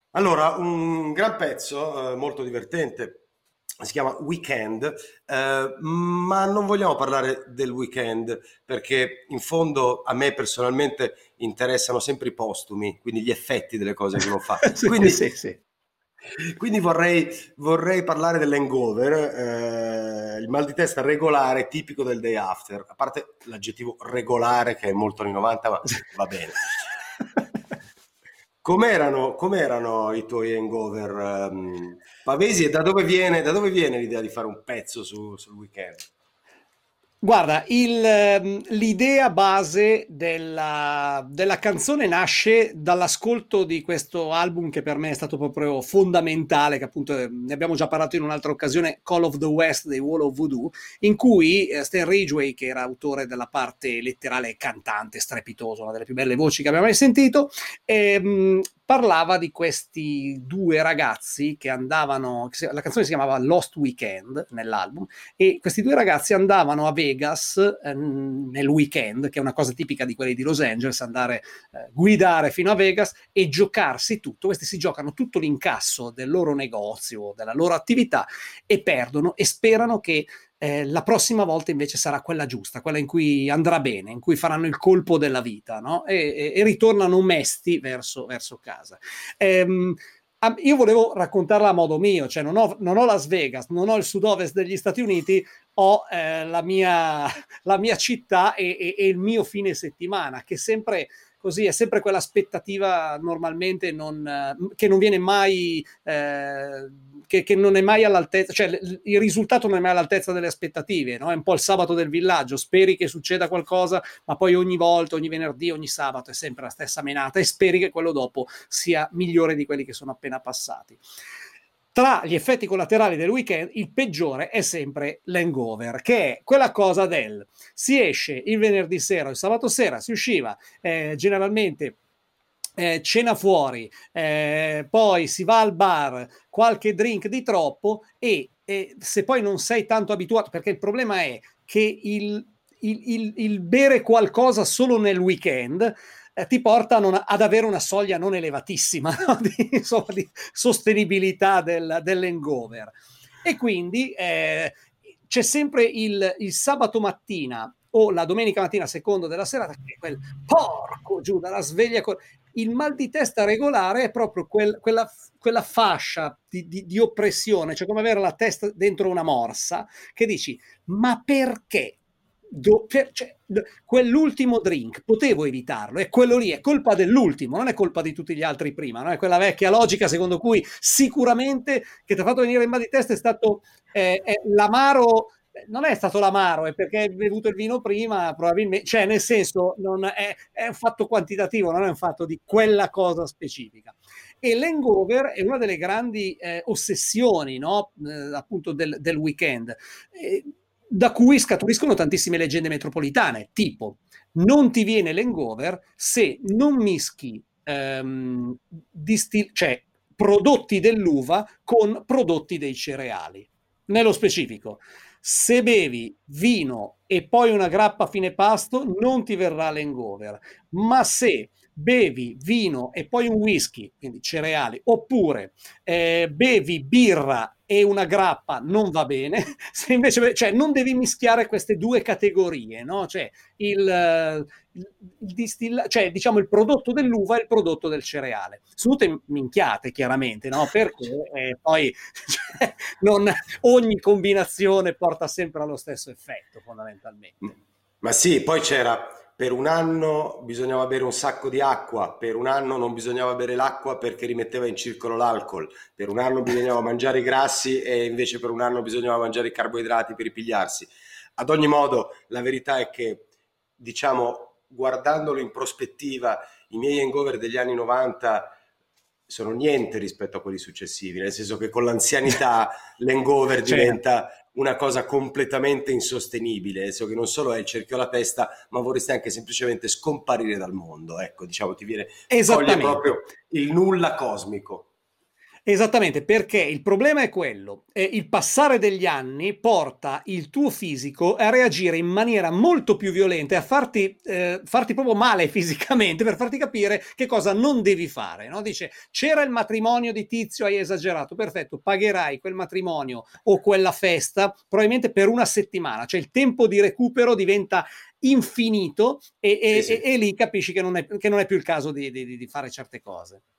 Allora, un gran pezzo molto divertente, si chiama Weekend, ma non vogliamo parlare del weekend perché in fondo a me personalmente interessano sempre i postumi, quindi gli effetti delle cose che uno fa. Sì, Quindi, sì, sì. quindi vorrei parlare dell'hangover, il mal di testa regolare tipico del day after, a parte l'aggettivo regolare che è molto anni 90, ma va bene. Com'erano i tuoi hangover pavesi e da dove viene l'idea di fare un pezzo sul weekend? Guarda, l'idea base della canzone nasce dall'ascolto di questo album che per me è stato proprio fondamentale, che appunto ne abbiamo già parlato in un'altra occasione, Call of the West dei Wall of Voodoo, in cui Stan Ridgway, che era autore della parte letterale e cantante, strepitoso, una delle più belle voci che abbiamo mai sentito, parlava di questi due ragazzi che andavano, la canzone si chiamava Lost Weekend nell'album, e questi due ragazzi andavano a Vegas nel weekend, che è una cosa tipica di quelli di Los Angeles, andare guidare fino a Vegas e giocarsi tutto. Questi si giocano tutto l'incasso del loro negozio, della loro attività, e perdono e sperano che la prossima volta invece sarà quella giusta, quella in cui andrà bene, in cui faranno il colpo della vita, no? E ritornano mesti verso casa. Ehm, io volevo raccontarla a modo mio, cioè non ho Las Vegas, non ho il sud-ovest degli Stati Uniti, ho la mia città e il mio fine settimana, che sempre così è sempre quell'aspettativa normalmente che non viene mai, che non è mai all'altezza, cioè il risultato non è mai all'altezza delle aspettative, no? È un po' il sabato del villaggio, speri che succeda qualcosa, ma poi ogni volta, ogni venerdì, ogni sabato è sempre la stessa menata e speri che quello dopo sia migliore di quelli che sono appena passati. Tra gli effetti collaterali del weekend, il peggiore è sempre l'hangover, che è quella cosa del si esce il venerdì sera o il sabato sera, si usciva generalmente cena fuori, poi si va al bar, qualche drink di troppo e se poi non sei tanto abituato, perché il problema è che il bere qualcosa solo nel weekend ti porta ad avere una soglia non elevatissima, no? Insomma, di sostenibilità dell'hangover. E quindi c'è sempre il sabato mattina o la domenica mattina a secondo della serata, che è quel porco giù dalla sveglia. Il mal di testa regolare è proprio quella fascia di oppressione, cioè come avere la testa dentro una morsa, che dici, ma perché? Cioè, quell'ultimo drink potevo evitarlo, e quello lì è colpa dell'ultimo, non è colpa di tutti gli altri prima, no? È quella vecchia logica secondo cui sicuramente che ti ha fatto venire il mal di testa è stato l'amaro. Non è stato l'amaro, è perché hai bevuto il vino prima, probabilmente, cioè nel senso è un fatto quantitativo, non è un fatto di quella cosa specifica. E l'hangover è una delle grandi ossessioni, no? Appunto del weekend, da cui scaturiscono tantissime leggende metropolitane, tipo non ti viene l'hangover se non mischi cioè prodotti dell'uva con prodotti dei cereali. Nello specifico, se bevi vino e poi una grappa a fine pasto, non ti verrà l'hangover, ma se bevi vino e poi un whisky, quindi cereali, oppure bevi birra e una grappa, non va bene. Se invece, cioè, non devi mischiare queste due categorie, no? Cioè cioè, diciamo il prodotto dell'uva e il prodotto del cereale. Sono tutte minchiate, chiaramente, no? Perché poi cioè, ogni combinazione porta sempre allo stesso effetto, fondamentalmente. Ma sì, poi c'era per un anno bisognava bere un sacco di acqua, per un anno non bisognava bere l'acqua perché rimetteva in circolo l'alcol, per un anno bisognava mangiare i grassi e invece per un anno bisognava mangiare i carboidrati per ripigliarsi. Ad ogni modo, la verità è che, diciamo, guardandolo in prospettiva, i miei hangover degli anni 90 sono niente rispetto a quelli successivi, nel senso che con l'anzianità l'hangover Certo. diventa una cosa completamente insostenibile, nel senso che non solo è il cerchio alla testa, ma vorresti anche semplicemente scomparire dal mondo, ecco, diciamo, ti coglie Esattamente. proprio il nulla cosmico. Esattamente, perché il problema è quello, il passare degli anni porta il tuo fisico a reagire in maniera molto più violenta, a farti proprio male fisicamente, per farti capire che cosa non devi fare, no? Dice, c'era il matrimonio di Tizio, hai esagerato, perfetto, pagherai quel matrimonio o quella festa probabilmente per una settimana, cioè il tempo di recupero diventa infinito Sì, sì. e lì capisci che non è più il caso di fare certe cose.